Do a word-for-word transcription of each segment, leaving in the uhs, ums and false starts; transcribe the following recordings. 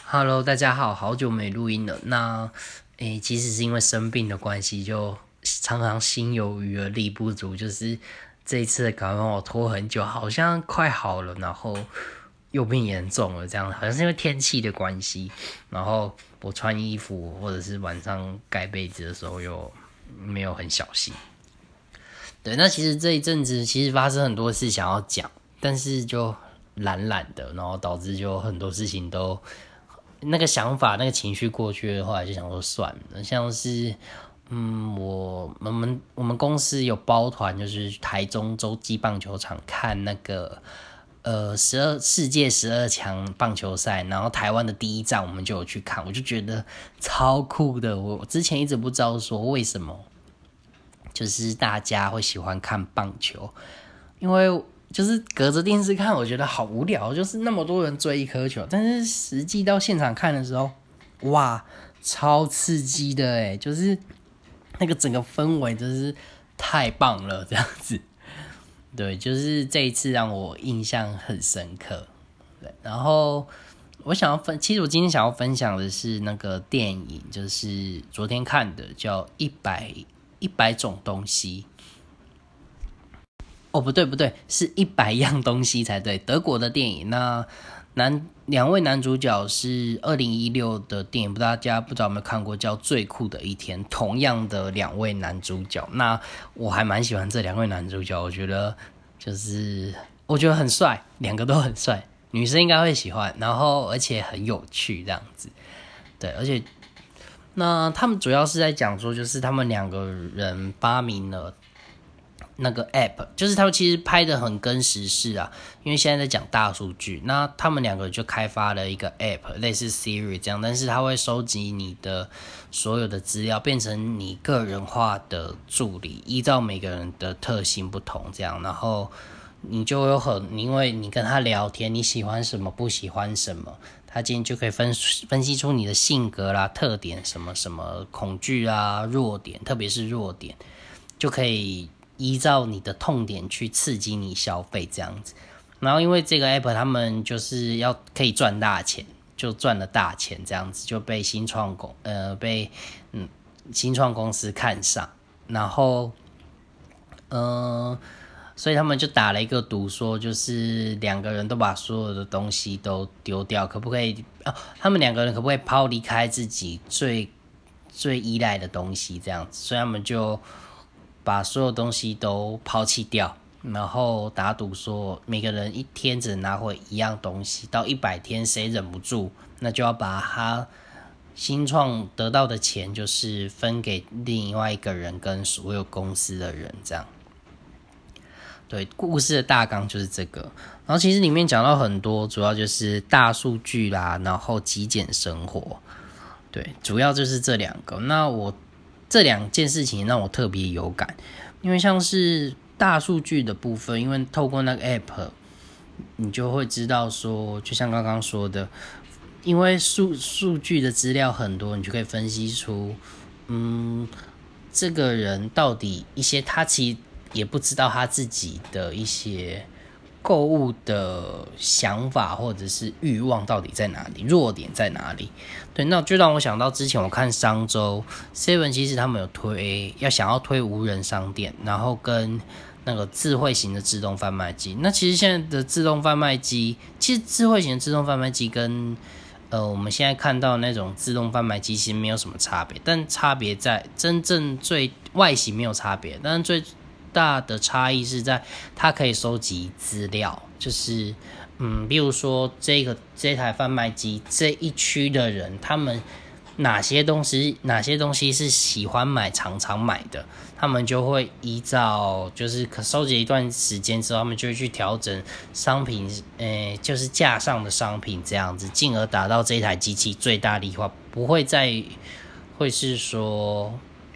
Hello，大家好，好久没录音了。那，诶，其实是因为生病的关系，就常常心有余而力不足。就是这一次的感冒我拖很久，好像快好了，然后又变严重了，这样好像是因为天气的关系。然后我穿衣服或者是晚上盖被子的时候又没有很小心。对，那其实这一阵子其实发生很多事想要讲，但是就懒懒的，然后导致就很多事情都。那个想法、那个情绪过去的话，就想说算了。像是，嗯，我我们我们公司有包团，就是台中洲际棒球场看那个呃十二世界十二强棒球赛，然后台湾的第一站我们就有去看，我就觉得超酷的。我之前一直不知道说为什么，就是大家会喜欢看棒球，因为。就是隔着电视看，我觉得好无聊，就是那么多人追一颗球，但是实际到现场看的时候，哇，超刺激的诶，就是那个整个氛围真是太棒了，这样子。对，就是这一次让我印象很深刻。对，然后我想要分，其实我今天想要分享的是那个电影，就是昨天看的，叫一百一百种东西。哦，不对不对，是一百样东西才对。德国的电影，那男两位男主角是二零一六的电影，不知道大家不知道有没有看过，叫《最酷的一天》。同样的两位男主角，那我还蛮喜欢这两位男主角，我觉得就是我觉得很帅，两个都很帅，女生应该会喜欢，然后而且很有趣这样子。对，而且那他们主要是在讲说，就是他们两个人发明了。那个 app 就是他们其实拍的很跟时事啊，因为现在在讲大数据，那他们两个就开发了一个 app， 类似 Siri 这样，但是它会收集你的所有的资料，变成你个人化的助理，依照每个人的特性不同这样，然后你就有很，因为你跟他聊天，你喜欢什么，不喜欢什么，他今天就可以分分析出你的性格啦、特点什么什么恐惧啊、弱点，特别是弱点，就可以。依照你的痛点去刺激你消费这样子，然后因为这个 app 他们就是要可以赚大钱，就赚了大钱这样子，就被新创公呃被嗯新创公司看上，然后嗯、呃，所以他们就打了一个赌说，就是两个人都把所有的东西都丢掉，可不可以？哦，他们两个人可不可以抛离开自己最最依赖的东西这样子？所以他们就。把所有东西都抛弃掉，然后打赌说每个人一天只能拿回一样东西，到一百天谁忍不住，那就要把他新创得到的钱就是分给另外一个人跟所有公司的人这样。对，故事的大纲就是这个，然后其实里面讲到很多，主要就是大数据啦，然后极简生活，对，主要就是这两个。那我。这两件事情让我特别有感，因为像是大数据的部分，因为透过那个 app， 你就会知道说，就像刚刚说的，因为数数据的资料很多，你就可以分析出，嗯，这个人到底一些他其实也不知道他自己的一些。购物的想法或者是欲望到底在哪里，弱点在哪里？对，那就让我想到之前我看商周 Seven， 其实他们有推要想要推无人商店，然后跟那个智慧型的自动贩卖机。那其实现在的自动贩卖机，其实智慧型的自动贩卖机跟呃我们现在看到的那种自动贩卖机其实没有什么差别，但差别在真正最外形没有差别，但是最大的差异是在它可以收集资料，就是嗯，比如说这个这台贩卖机这一区的人，他们哪些东西哪些东西是喜欢买常常买的，他们就会依照就是可收集一段时间之后，他们就会去调整商品，呃，就是架上的商品这样子，进而达到这一台机器最大利化，不会再会是说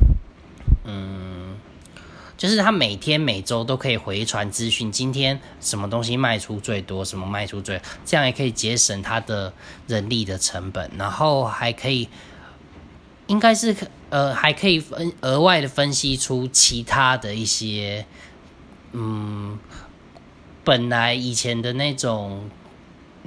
嗯。就是他每天每周都可以回传资讯，今天什么东西卖出最多，什么卖出最，这样也可以节省他的人力的成本，然后还可以，应该是呃还可以分额外的分析出其他的一些，嗯，本来以前的那种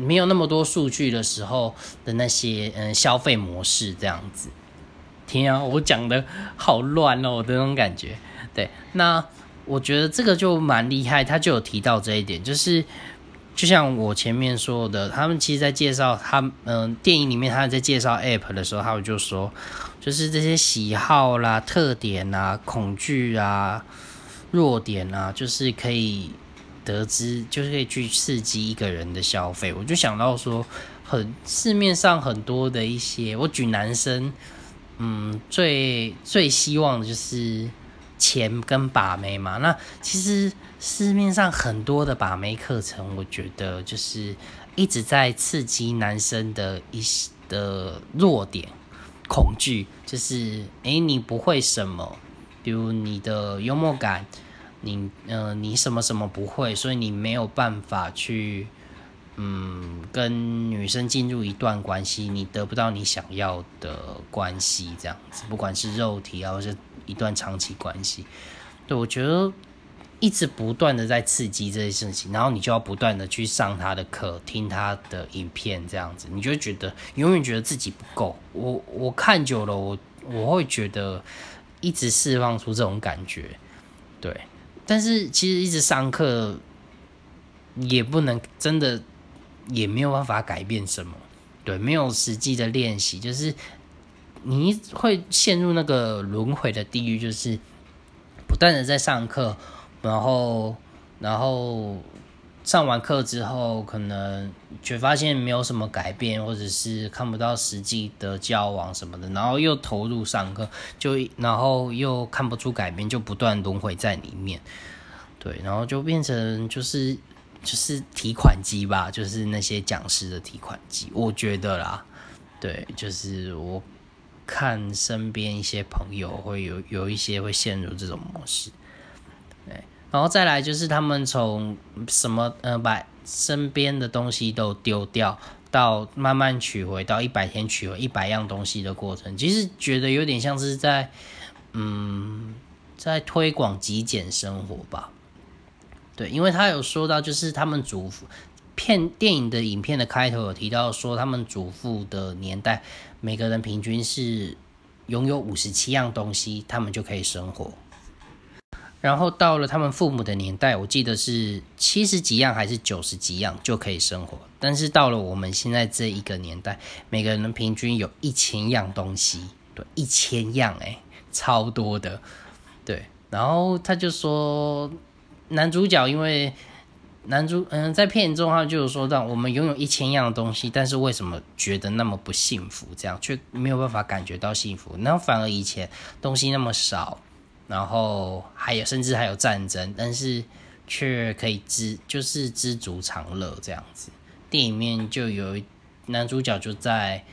没有那么多数据的时候的那些嗯消费模式这样子。天啊，我讲的好乱哦的那种感觉。对，那我觉得这个就蛮厉害，他就有提到这一点，就是就像我前面说的，他们其实在介绍他嗯、呃、电影里面他们在介绍 App 的时候，他们就说，就是这些喜好啦、特点啊、恐惧啊、弱点啊，就是可以得知，就是可以去刺激一个人的消费。我就想到说，很市面上很多的一些，我举男生。嗯，最最希望的就是钱跟把妹嘛。那其实市面上很多的把妹课程，我觉得就是一直在刺激男生的一些的弱点、恐惧，就是诶你不会什么，比如你的幽默感，你呃你什么什么不会，所以你没有办法去。嗯，跟女生进入一段关系，你得不到你想要的关系，这样子，不管是肉体啊，或是一段长期关系，对我觉得一直不断的在刺激这些事情，然后你就要不断的去上他的课，听他的影片，这样子，你就会觉得永远觉得自己不够。我我看久了，我我会觉得一直释放出这种感觉，对，但是其实一直上课也不能真的。也没有办法改变什么，对，没有实际的练习，就是你会陷入那个轮回的地狱，就是不断的在上课，然后然后上完课之后，可能却发现没有什么改变，或者是看不到实际的交往什么的，然后又投入上课，就然后又看不出改变，就不断轮回在里面，对，然后就变成就是。就是提款机吧，就是那些讲师的提款机，我觉得啦，对，就是我看身边一些朋友会有有一些会陷入这种模式，对，然后再来就是他们从什么呃把身边的东西都丢掉，到慢慢取回，到一百天取回一百样东西的过程，其实觉得有点像是在嗯在推广极简生活吧。对，因为他有说到，就是他们祖父片电影的影片的开头有提到说，他们祖父的年代，每个人平均是拥有五十七样东西，他们就可以生活。然后到了他们父母的年代，我记得是七十几样还是九十几样就可以生活。但是到了我们现在这一个年代，每个人平均有一千样东西，对，一千样哎、欸，超多的。对，然后他就说。男主角因为男主嗯，在片中他就有说到，我们拥有一千样的东西，但是为什么觉得那么不幸福？这样却没有办法感觉到幸福。然后反而以前东西那么少，然后还有甚至还有战争，但是却可以知就是知足常乐这样子。电影里面就有男主角就在。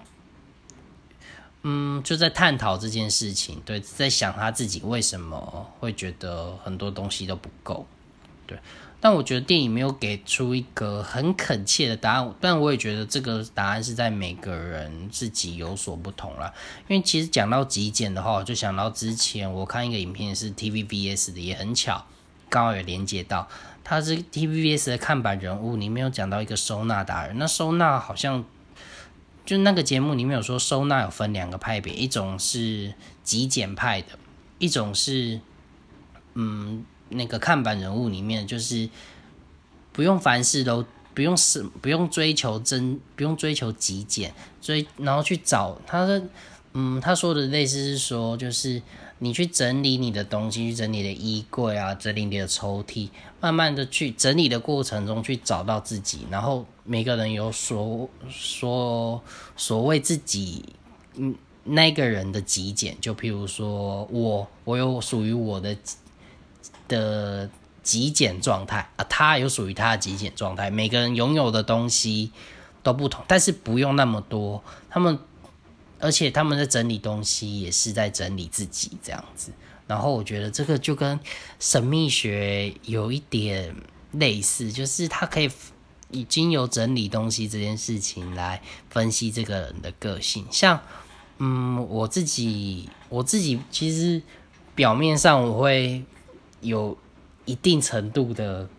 嗯，就在探讨这件事情，对，在想他自己为什么会觉得很多东西都不够，对。但我觉得电影没有给出一个很恳切的答案，但我也觉得这个答案是在每个人自己有所不同啦。因为其实讲到极简的话，我就想到之前我看一个影片是 T V B S 的，也很巧，刚好有连接到，他是 T V B S 的看板人物，里面有讲到一个收纳达人，那收纳好像。就那个节目里面有说，收纳有分两个派别，一种是极简派的，一种是嗯那个看板人物里面就是不用凡事都不用是不用追求真不用追求极简，追然后去找他的嗯他说的类似是说，就是你去整理你的东西，去整理你的衣柜啊，整理你的抽屉，慢慢的去整理的过程中去找到自己，然后每个人有所所所谓自己嗯那个人的极简，就譬如说我我有属于我的的极简状态啊，他有属于他的极简状态，每个人拥有的东西都不同，但是不用那么多，他们而且他们在整理东西也是在整理自己这样子。然后我觉得这个就跟神秘学有一点类似，就是他可以已经有整理东西这件事情来分析这个人的个性。像嗯，我自己我自己其实表面上我会有一定程度的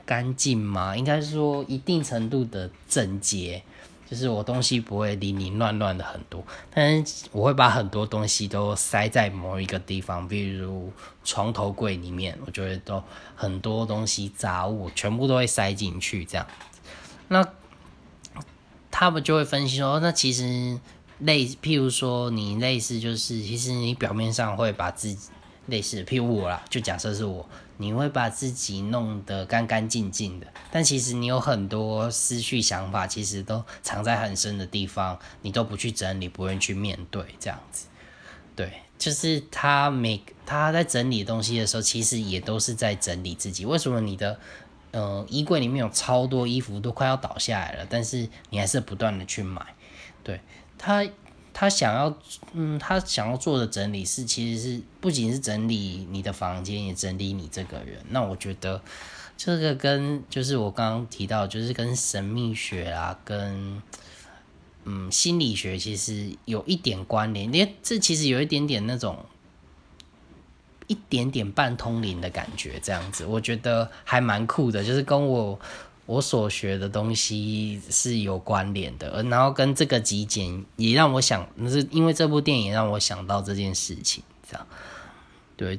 干净吗？应该说一定程度的整洁，就是我东西不会零零乱乱的很多，但是我会把很多东西都塞在某一个地方，比如床头柜里面，我觉得都很多东西杂物全部都会塞进去这样。那他们就会分析说，那其实类，譬如说你类似就是，其实你表面上会把自己类似，譬如我啦，就假设是我，你会把自己弄得干干净净的，但其实你有很多思绪想法，其实都藏在很深的地方，你都不去整理，不会去面对，这样子。对，就是他每他在整理东西的时候，其实也都是在整理自己。为什么你的呃衣柜里面有超多衣服都快要倒下来了，但是你还是不断的去买？对，他他想要嗯他想要做的整理是其实是不仅是整理你的房间，也整理你这个人。那我觉得这个跟就是我刚刚提到，就是跟神秘学啊，跟嗯心理学其实有一点关联，因为这其实有一点点那种一点点半通灵的感觉，这样子我觉得还蛮酷的，就是跟我我所学的东西是有关联的，然后跟这个极简也让我想，是因为这部电影让我想到这件事情，这样对。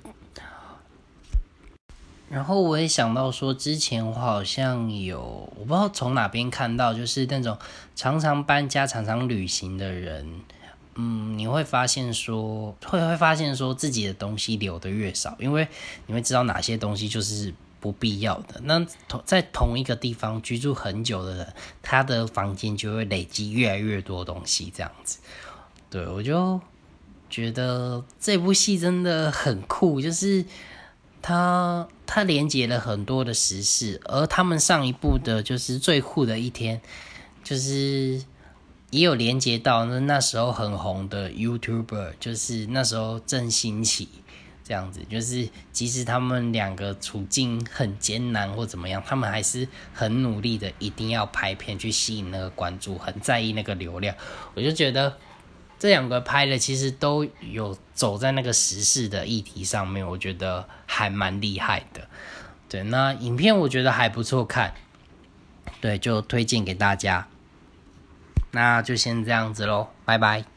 然后我也想到说，之前我好像有我不知道从哪边看到，就是那种常常搬家、常常旅行的人，嗯，你会发现说，会会发现说自己的东西留的越少，因为你会知道哪些东西就是不必要的。那在同一个地方居住很久的人，他的房间就会累积越来越多东西，这样子。对，我就觉得这部戏真的很酷，就是它它连接了很多的时事，而他们上一部的就是最酷的一天，就是也有连接到那那时候很红的 YouTuber， 就是那时候正兴起这样子，就是即使他们两个处境很艰难或怎么样，他们还是很努力的，一定要拍片去吸引那个关注，很在意那个流量。我就觉得这两个拍的其实都有走在那个时事的议题上面，我觉得还蛮厉害的。对，那影片我觉得还不错看，对，就推荐给大家。那就先这样子咯，拜拜。